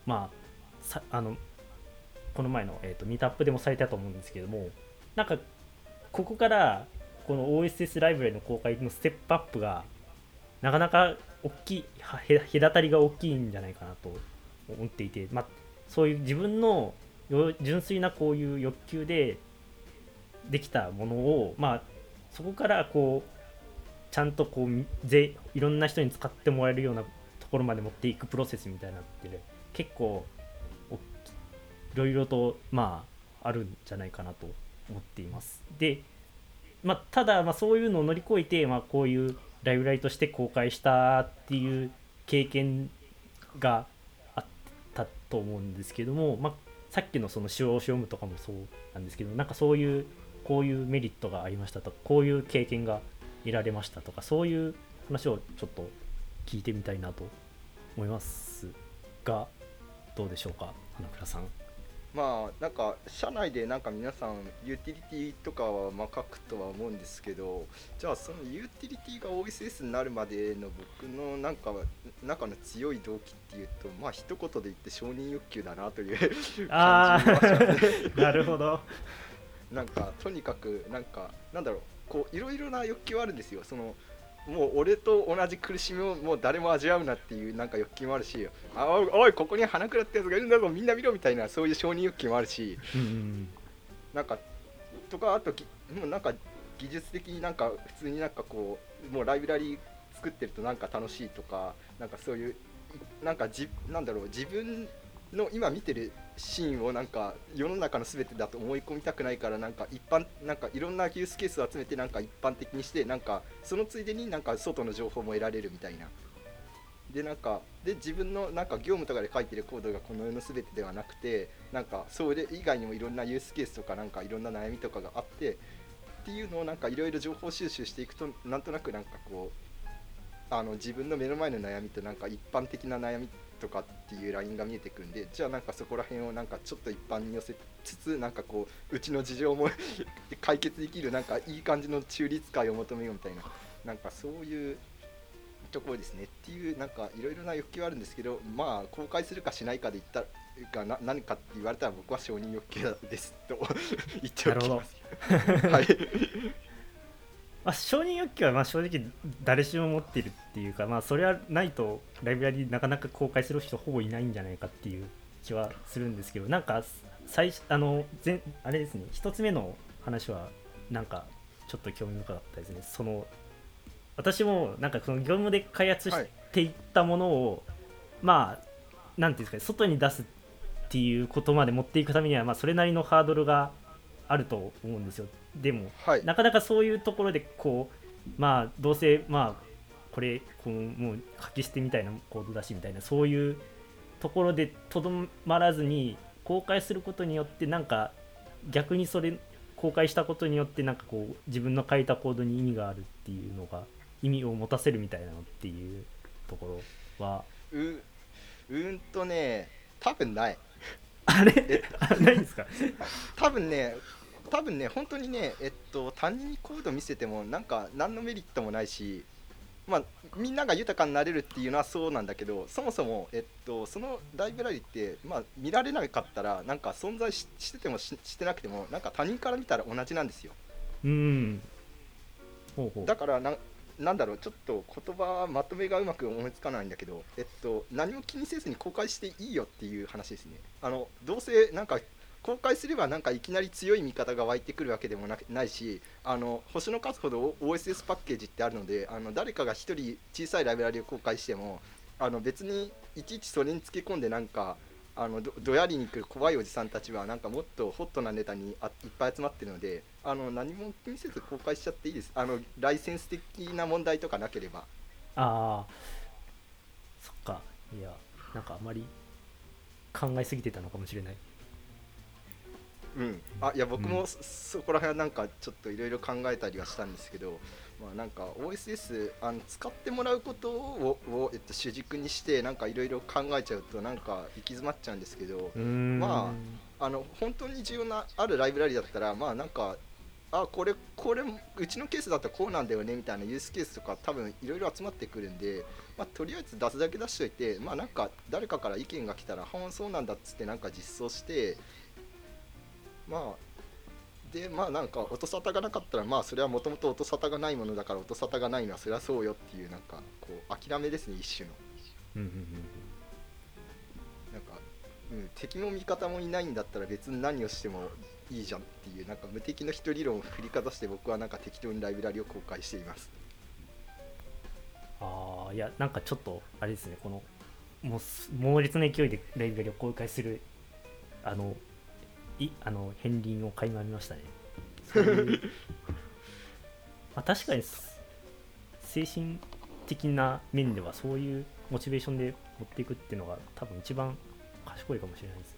この前の、ミートアップでもされたと思うんですけども、なんかここからこの OSS ライブラリの公開のステップアップがなかなか大きい隔たりが大きいんじゃないかなと思っていて、そういう自分の純粋なこういう欲求でできたものを、そこからこうちゃんとこういろんな人に使ってもらえるようなところまで持っていくプロセスみたいなっていう結構いろいろとあるんじゃないかなと思っています。で、ただそういうのを乗り越えて、こういうライブラリとして公開したっていう経験があったと思うんですけども、さっきのその詩を読むとかもそうなんですけど、なんかそういうこういうメリットがありましたとか、こういう経験が得られましたとか、そういう話をちょっと聞いてみたいなと思いますが、どうでしょうか、花倉さん。 なんか社内でなんか皆さんユーティリティとかは書くとは思うんですけど、じゃあそのユーティリティが OSS になるまでの僕のなんか中の強い動機っていうと、一言で言って承認欲求だなという感じはしますね。 なるほど。 なんかとにかくなんだろう、こういろいろな欲求あるんですよ。そのもう俺と同じ苦しみをもう誰も味わうなっていうなんか欲求もあるし、おいここに花倉ってやつがいるんだぞみんな見ろみたいな、そういう承認欲求もあるし、なんかとか、あともうなんか技術的になんか普通になんかこうもうライブラリ作ってるとなんか楽しいとか、なんかそういうなんかなんだろう、自分の今見てるシーンをなんか世の中の全てだと思い込みたくないから、なんかなんかいろんなユースケースを集めてなんか一般的にして、なんかそのついでになんか外の情報も得られるみたいな。でなんかで自分のなんか業務とかで書いてるコードがこの世の全てではなくて、なんかそれ以外にもいろんなユースケースとかなんかいろんな悩みとかがあってっていうのをなんかいろいろ情報収集していくと、なんとなくなんかこう自分の目の前の悩みとなんか一般的な悩みとかっていうラインが見えてくるんで、じゃあなんかそこら辺をなんかちょっと一般に寄せつつ、なんかこううちの事情も解決できるなんかいい感じの中立化を求めようみたいな、なんかそういうところですねっていう、なんかいろいろな欲求はあるんですけど、公開するかしないかで言ったら何かって言われたら僕は承認欲求ですと言っておきます。はい。 承認欲求は正直誰しも持っているっていうか、それはないとライブラリなかなか公開する人ほぼいないんじゃないかっていう気はするんですけど、なんかあれですね、一つ目の話はなんかちょっと興味深かったですね。その私もなんかその業務で開発していったものを、なんていうんですかね、外に出すっっていうことまで持っていくためには、まあ、それなりのハードルがあると思うんですよ。でも、 はい、 なかなかそういうところでこう、まあ、どうせ、まあ、これこうもう書き捨てみたいなコードだしみたいな、そういうところでとどまらずに公開することによって、なんか逆にそれ公開したことによってなんかこう自分の書いたコードに意味があるっていうのが、意味を持たせるみたいなのっていうところはね、多分ない。 あれないですか？ 多分ね、本当にね、他人にコード見せてもなんか何のメリットもないし、まあ、みんなが豊かになれるっていうのはそうなんだけど、そもそも、そのライブラリって、まあ、見られなかったらなんか存在しててもしてなくてもなんか他人から見たら同じなんですよ。 ほうほう。 だからなんだろう、ちょっと言葉まとめがうまく思いつかないんだけど、何も気にせずに公開していいよっていう話ですね。どうせなんか公開すればなんかいきなり強い味方が湧いてくるわけでもないし、星の数ほど OSS パッケージってあるので、誰かが一人小さいライブラリを公開しても別にいちいちそれにつけ込んでなんかどやりに来る怖いおじさんたちはなんかもっとホットなネタにいっぱい集まってるので、何も気にせず公開しちゃっていいです。ライセンス的な問題とかなければ。 ああ、そっか。いや、なんかあまり考えすぎてたのかもしれない。 うん、いや僕もそこら辺はなんかちょっといろいろ考えたりはしたんですけど、まあ、なんか OSS 使ってもらうことを主軸にしてなんかいろいろ考えちゃうとなんか行き詰まっちゃうんですけど、まあ本当に重要なあるライブラリだったらまあなんかこれうちのケースだったらこうなんだよねみたいなユースケースとか多分いろいろ集まってくるんで、まあ、とりあえず出すだけ出しといて、まあなんか誰かから意見が来たらそうなんだっつってなんか実装して、まあでまあなんか音沙汰がなかったらまあそれはもともと音沙汰がないものだから音沙汰がないのはそれはそうよっていうなんかこう諦めですね、一種の。なんか、敵も味方もいないんだったら別に何をしてもいいじゃんっていうなんか無敵の一理論を振りかざして僕はなんか適当にライブラリを公開しています。 いやなんかちょっとあれですね、このもう猛烈な勢いでライブラリを公開する片鱗を垣間見ましたね。そういうまあ確かに精神的な面ではそういうモチベーションで持っていくっていうのが多分一番賢いかもしれないです。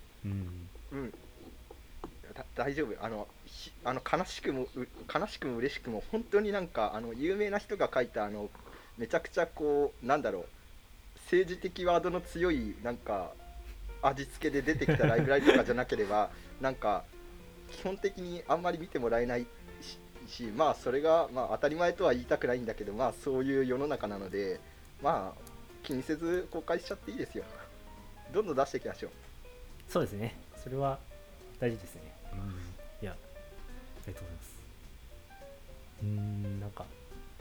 大丈夫。悲しくも嬉しくも本当になんか有名な人が書いためちゃくちゃこうなんだろう、政治的ワードの強いなんか味付けで出てきたライブラリとかじゃなければなんか基本的にあんまり見てもらえないし、まあそれがまあ当たり前とは言いたくないんだけど、まあそういう世の中なので、まあ気にせず公開しちゃっていいですよ。どんどん出していきましょう。 そうですね、それは大事ですね。いや、ありがとうございます。なんか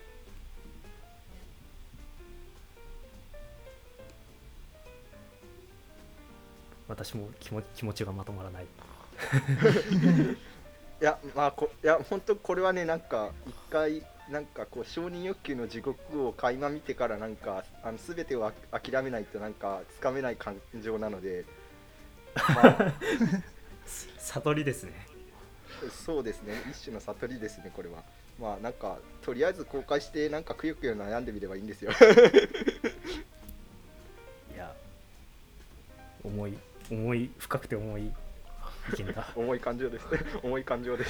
私も気持ちがまとまらない。 いやまあいや本当これはね、なんか一回なんかこう承認欲求の地獄を垣間見てからなんか全てを諦めないとなんかつかめない感情なので、まあ悟りですね。 そうですね、一種の悟りですねこれは。まあなんかとりあえず公開してなんかくよくよ悩んでみればいいんですよ。 いや、深くて重い意見だ。 重い感情です。重い感情です。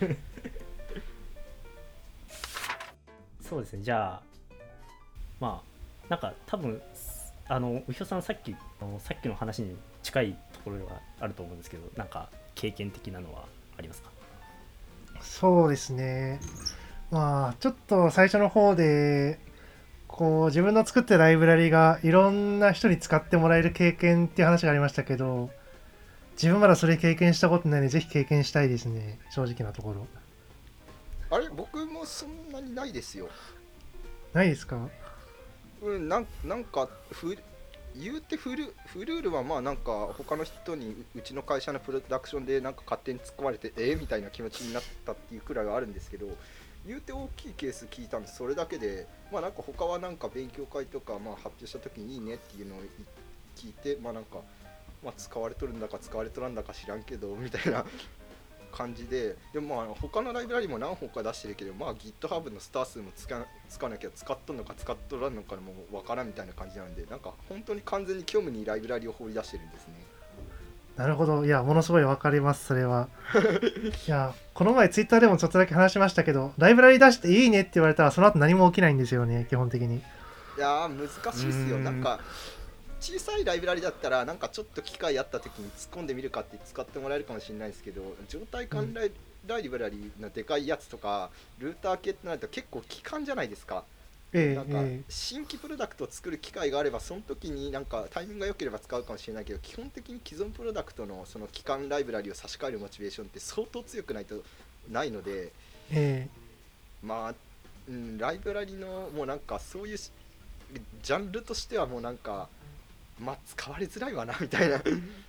そうですね、じゃあまあなんか多分うひょさんさっきの話に近いところがあると思うんですけど、なんか経験的なのはありますか？ そうですね。まあちょっと最初の方でこう自分の作ったライブラリがいろんな人に使ってもらえる経験っていう話がありましたけど、自分まだそれ経験したことないのでぜひ経験したいですね、正直なところ。 あれ僕もそんなにないですよ。 ないですか？ なんか言うてフルールはまあなんか他の人にうちの会社のプロダクションでなんか勝手に突っ込まれてみたいな気持ちになったっていうくらいはあるんですけど、言うて大きいケース聞いたんでそれだけで、まあなんか他はなんか勉強会とかまあ発表した時にいいねっていうのを聞いて、まあなんかまあ、使われとるんだか使われとらんだか知らんけどみたいな感じで、でもまあ他のライブラリも何本か出してるけど、まあ GitHub のスター数もつかなきゃ使っとんのか使っとらんのかもわからんみたいな感じなんで、なんか本当に完全に虚無にライブラリを放り出してるんですね。 なるほど。いや、ものすごいわかります、それは。いや、この前ツイッターでもちょっとだけ話しましたけど、ライブラリ出していいねって言われたら、その後何も起きないんですよね、基本的に。 いやー難しいっすよ。なんか小さいライブラリだったらなんかちょっと機会あった時に突っ込んでみるかって使ってもらえるかもしれないですけど、状態管理ライブラリのでかいやつとかルーター系ってなると結構期間じゃないですか。なんか新規プロダクトを作る機会があればその時になんかタイミングが良ければ使うかもしれないけど、基本的に既存プロダクトのその基幹ライブラリを差し替えるモチベーションって相当強くないとないので、まあ、ライブラリのもうなんかそういうジャンルとしてはもうなんかまあ使われづらいわなみたいな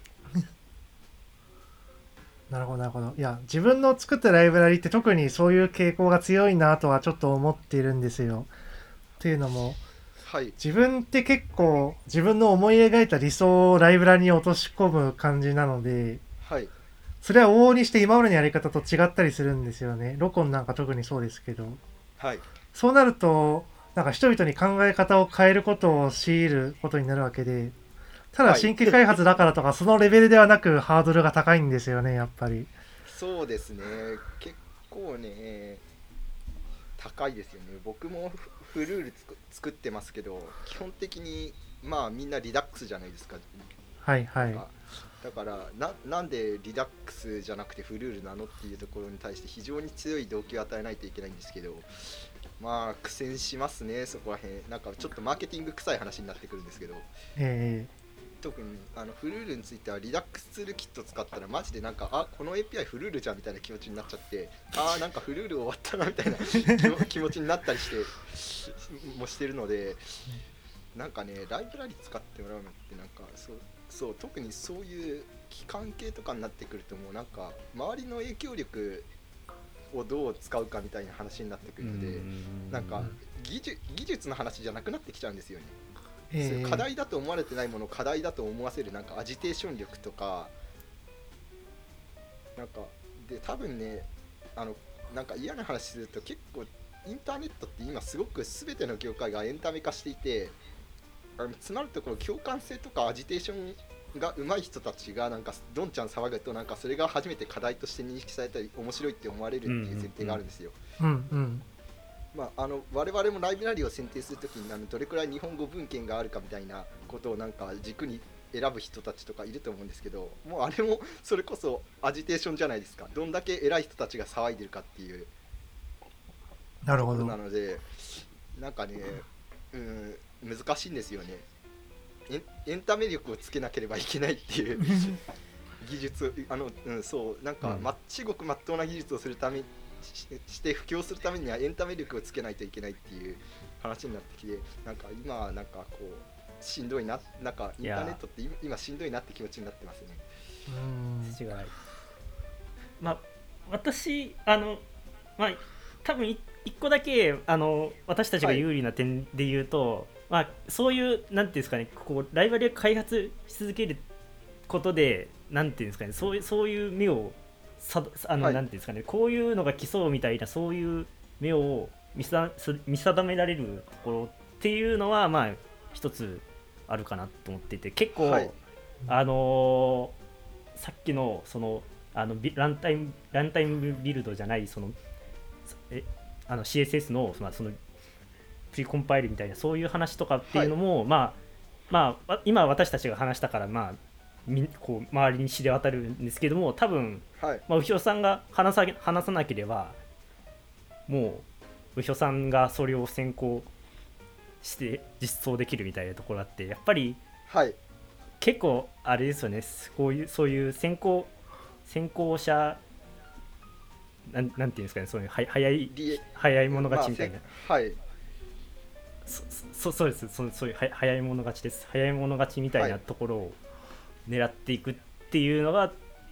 なるほどなるほど。いや、自分の作ったライブラリって特にそういう傾向が強いなとはちょっと思っているんですよ。っていうのも、 はい、 自分って結構自分の思い描いた理想をライブラリに落とし込む感じなので、 はい、 それは往々にして今までのやり方と違ったりするんですよね。ロコンなんか特にそうですけど。 はい、 そうなると、なんか人々に考え方を変えることを強いることになるわけで、ただ新規開発だからとか、そのレベルではなくハードルが高いんですよね、やっぱり。 そうですね、結構ね高いですよね。僕もフルール作ってますけど、基本的にまあみんなリダックスじゃないですか。 はいはい。 だからなんでリダックスじゃなくてフルールなのっていうところに対して非常に強い動機を与えないといけないんですけど、まあ苦戦しますね、そこら辺。なんかちょっとマーケティング臭い話になってくるんですけど、特にフルールについてはリダックスツールキット使ったらマジでなんかこの API フルールじゃんみたいな気持ちになっちゃって、なんかフルール終わったなみたいな気持ちになったりしてもしてるので、なんかねライブラリ使ってもらうのってなんかそう特にそういう機関系とかになってくると、もうなんか周りの影響力をどう使うかみたいな話になってくるので、なんか技術の話じゃなくなってきちゃうんですよね。課題だと思われてないものを課題だと思わせるなんかアジテーション力とか、なんかで多分ねなんか嫌な話すると、結構インターネットって今すごく全ての業界がエンタメ化していて、つまるところ共感性とかアジテーションが上手い人たちがなんかどんちゃん騒ぐと、なんかそれが初めて課題として認識されたり面白いって思われるっていう前提があるんですよ。まあ、我々もライブラリを選定するときにどれくらい日本語文献があるかみたいなことをなんか軸に選ぶ人たちとかいると思うんですけど、もうあれもそれこそアジテーションじゃないですか。どんだけ偉い人たちが騒いでるかっていうなるほど。 なので、なんかね、難しいんですよね。エンタメ力をつけなければいけないっていう技術、そうなんか、至極まっとうな技術をするためして布教するためにはエンタメ力をつけないといけないっていう話になってきて、なんか今なんかこうしんどいな、なんかインターネットって今しんどいなって気持ちになってますね。 違い。まあ私まあ多分一個だけ私たちが有利な点で言うと、まあそういうなんていうんですかね、こうライバルを開発し続けることでなんていうんですかね、そういう目をなんていうんですかね、こういうのが来そうみたいな、そういう目を見定められるところっていうのはまあ一つあるかなと思っていて、結構、さっきのそのランタイムビルドじゃないCSS のそのプリコンパイルみたいなそういう話とかっていうのも、まあ今私たちが話したからこう周りに知れ渡るんですけども、多分、ウヒョさんが話さなければもうウヒョさんがそれを先行して実装できるみたいなところあって、やっぱり、結構あれですよね、そういう先行者なんていうんですかね、そういう早い者勝ちみたいな、そうです、そういう早い者勝ちです。早い者勝ちみたいなところを狙っていくっていうのが、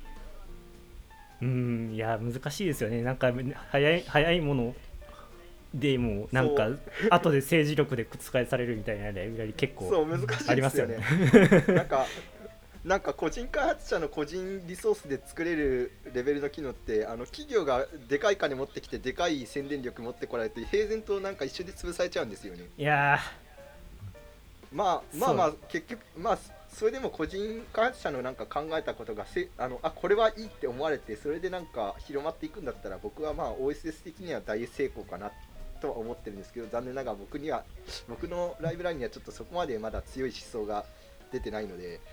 いや難しいですよね。なんか早いものでもなんか後で政治力で覆されるみたいなライブラリ結構ありますよね。 なんかなんか個人開発者の個人リソースで作れるレベルの機能って、企業がでかい金持ってきてでかい宣伝力持ってこられて平然となんか一緒で潰されちゃうんですよね。 いやまあ結局それでも個人開発者のなんか考えたことがこれはいいって思われて、それでなんか広まっていくんだったら、僕はまあ OSS 的には大成功かなとは思ってるんですけど、残念ながら僕のライブラリにはちょっとそこまでまだ強い思想が出てないので。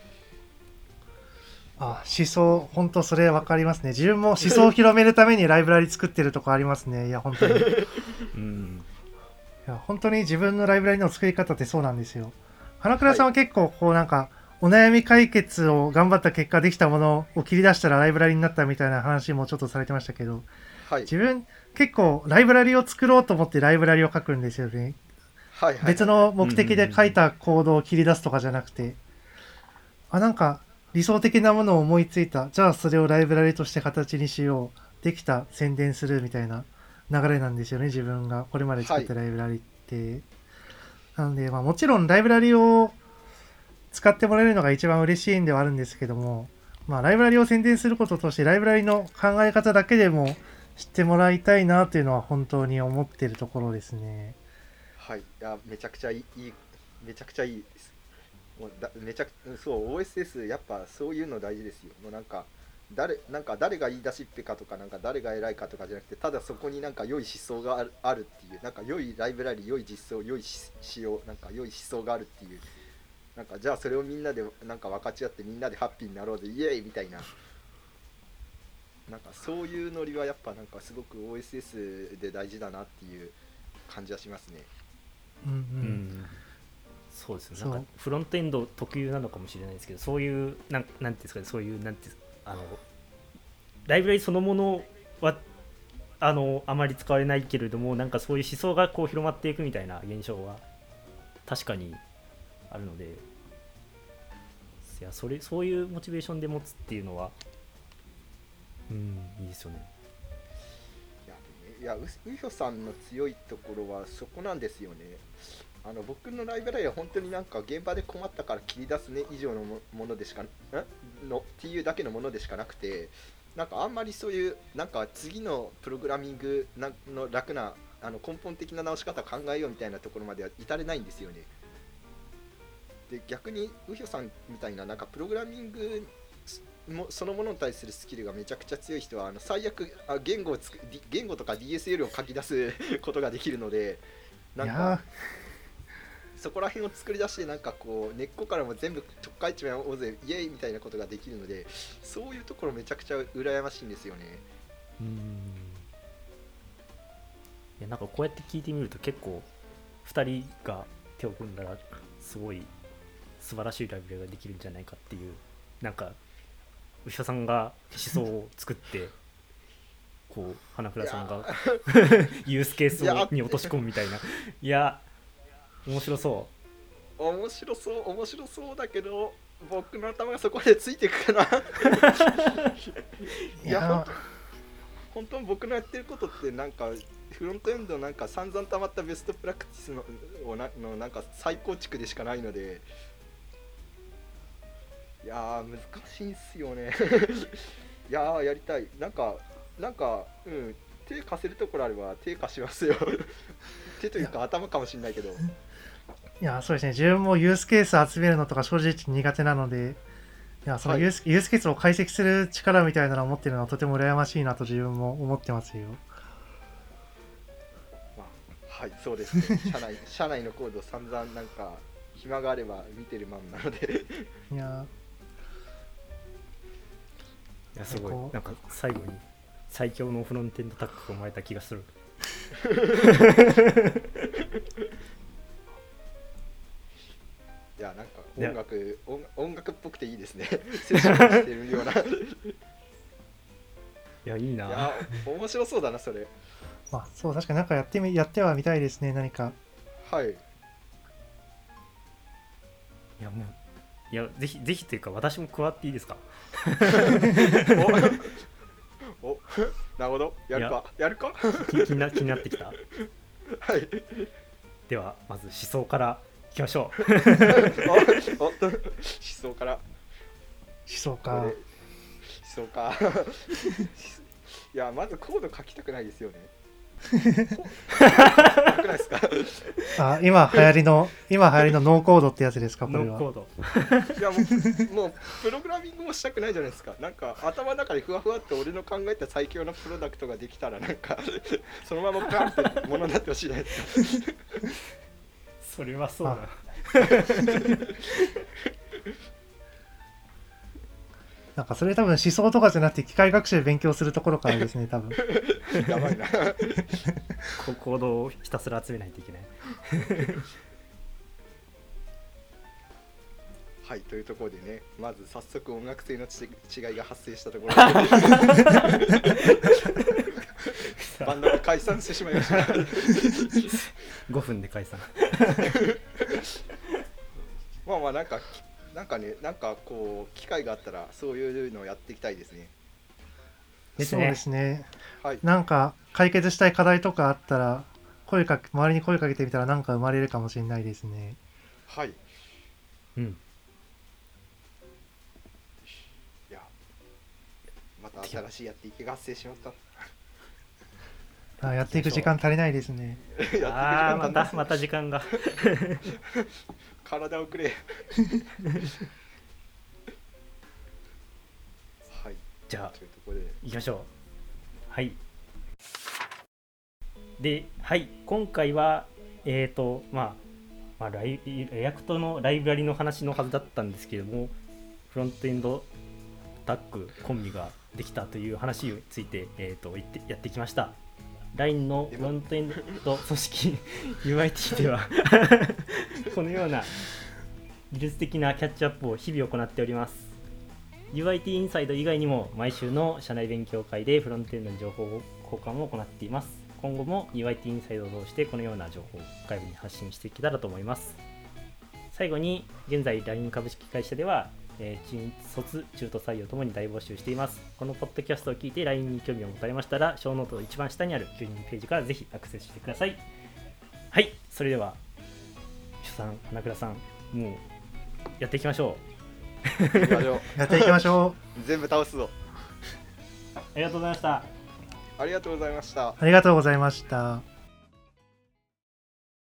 思想、本当それ分かりますね。自分も思想を広めるためにライブラリ作ってるとこありますね。いや本当にいや本当に自分のライブラリの作り方ってそうなんですよ。花倉さんは結構こうなんかお悩み解決を頑張った結果できたものを切り出したらライブラリになったみたいな話もちょっとされてましたけど、自分結構ライブラリを作ろうと思ってライブラリを書くんですよね。別の目的で書いたコードを切り出すとかじゃなくて、なんか理想的なものを思いついた、じゃあそれをライブラリとして形にしよう、できた、宣伝するみたいな流れなんですよね。自分がこれまで作ったライブラリって、なのでもちろんライブラリを使ってもらえるのが一番嬉しいんではあるんですけども、ライブラリを宣伝することとしてライブラリの考え方だけでも知ってもらいたいなというのは本当に思っているところですね。 はい、いやめちゃくちゃいい、めちゃくちゃいいです。そう OSS やっぱそういうの大事ですよ。もうなんか誰が言い出しっぺかとか、なんか誰が偉いかとかじゃなくて、ただそこになんか良い思想があるっていう、なんか良いライブラリ、良い実装、良い仕様、なんか良い思想があるっていう、なんかじゃあそれをみんなでなんか分かち合ってみんなでハッピーになろうぜイエーイみたいな、なんかそういうノリはやっぱなんかすごく OSS で大事だなっていう感じはしますね。 そうですね。なんかフロントエンド特有なのかもしれないですけど、そういうなんていうんですかね、そういうなんてライブラリそのものはあまり使われないけれども、なんかそういう思想がこう広まっていくみたいな現象は確かにあるので、いやそういうモチベーションで持つっていうのはいいですよね。 いやウヒョさんの強いところはそこなんですよね。僕のライブラリは本当になんか現場で困ったから切り出すね以上のものでしかっていうだけのものでしかなくて、なんかあんまりそういうなんか次のプログラミングの楽な根本的な直し方を考えようみたいなところまでは至れないんですよね。で逆にウヒョさんみたいななんかプログラミングそのものに対するスキルがめちゃくちゃ強い人は最悪言語とか DSL を書き出すことができるので、なんかそこら辺を作り出して、なんかこう根っこからも全部とっかえちまおうぜイエーイみたいなことができるので、そういうところめちゃくちゃ羨ましいんですよね。 いやなんかこうやって聞いてみると結構2人が手を組んだらすごい素晴らしいライブラリができるんじゃないかっていう、なんか牛田さんが思想を作ってこう花倉さんがユースケースに落とし込むみたいな、いや面白そうだけど、僕の頭がそこでついていくかな。いや本当に僕のやってることってなんかフロントエンドなんか散々溜まったベストプラクティスのなんか再構築でしかないので、いや難しいんすよね。いややりたい。なんか手貸せるところあれば手貸しますよ。手というか頭かもしれないけど。 いやそうですね。自分もユースケース集めるのとか正直苦手なので、いやそのユースケースを解析する力みたいなのを持っているのはとても羨ましいなと自分も思ってますよ。 はいそうですね。社内のコード散々なんか暇があれば見てるまんなので。 いやすごいなんか最後に最強のフロントエンドタッグが生まれた気がする。 いやなんか音楽っぽくていいですね。セッションしてるような。いやいいな。 いや面白そうだなそれ。 そう確かになんかやってはみたいですね何か。 はい。 いやもういやぜひというか私も加わっていいですか。 おなるほどやるか気になってきた。 はい。 ではまず思想からいきましょう。 思想から。 想か。 そうかいやまずコード書きたくないですよね書きたくないですかあ、今流行りのノーコードってやつですか、これは。 ノーコード。 いやもうプログラミングもしたくないじゃないですか。なんか頭の中でふわふわって俺の考えた最強のプロダクトができたらなんかそのままバンってものになってほしいじゃないですかそれはそうだ。 なんかそれ多分思想とかじゃなくて機械学習勉強するところからですね、多分。 やばいなコードをひたすら集めないといけない。 はいというところでね、まず早速音楽性の違いが発生したところでバンドが解散してしまいました 5分で解散。 まあなんかこう機会があったらそういうのをやっていきたいですね。 そうですね。 はい。 なんか解決したい課題とかあったら周りに声かけてみたらなんか生まれるかもしれないですね。 はい。 うん。 いや、また新しいやっていけが発生しました。 やっていく時間足りないですね。 ああ、また時間が。 体をくれ。はい。 じゃあというところで行きましょう。はい。で、はい、今回はリアクトのライブラリの話のはずだったんですけども、フロントエンドタッグコンビができたという話について、やってきました。LINE のフロントエンド組織 UIT ではこのような技術的なキャッチアップを日々行っております。 UIT インサイド以外にも毎週の社内勉強会でフロントエンドの情報交換を行っています。今後も UIT インサイドを通してこのような情報を外部に発信していけたらと思います。最後に現在 LINE 株式会社では新卒、中途採用ともに大募集しています。このポッドキャストを聞いて LINE に興味を持たれましたら、ショーノートの一番下にある求人ページからぜひアクセスしてください。はい、それでは主さん、花倉さん、もうやっていきましょやっていきましょう。全部倒すぞ。 ありがとうございました。 ありがとうございました。 う。ありがとうございました。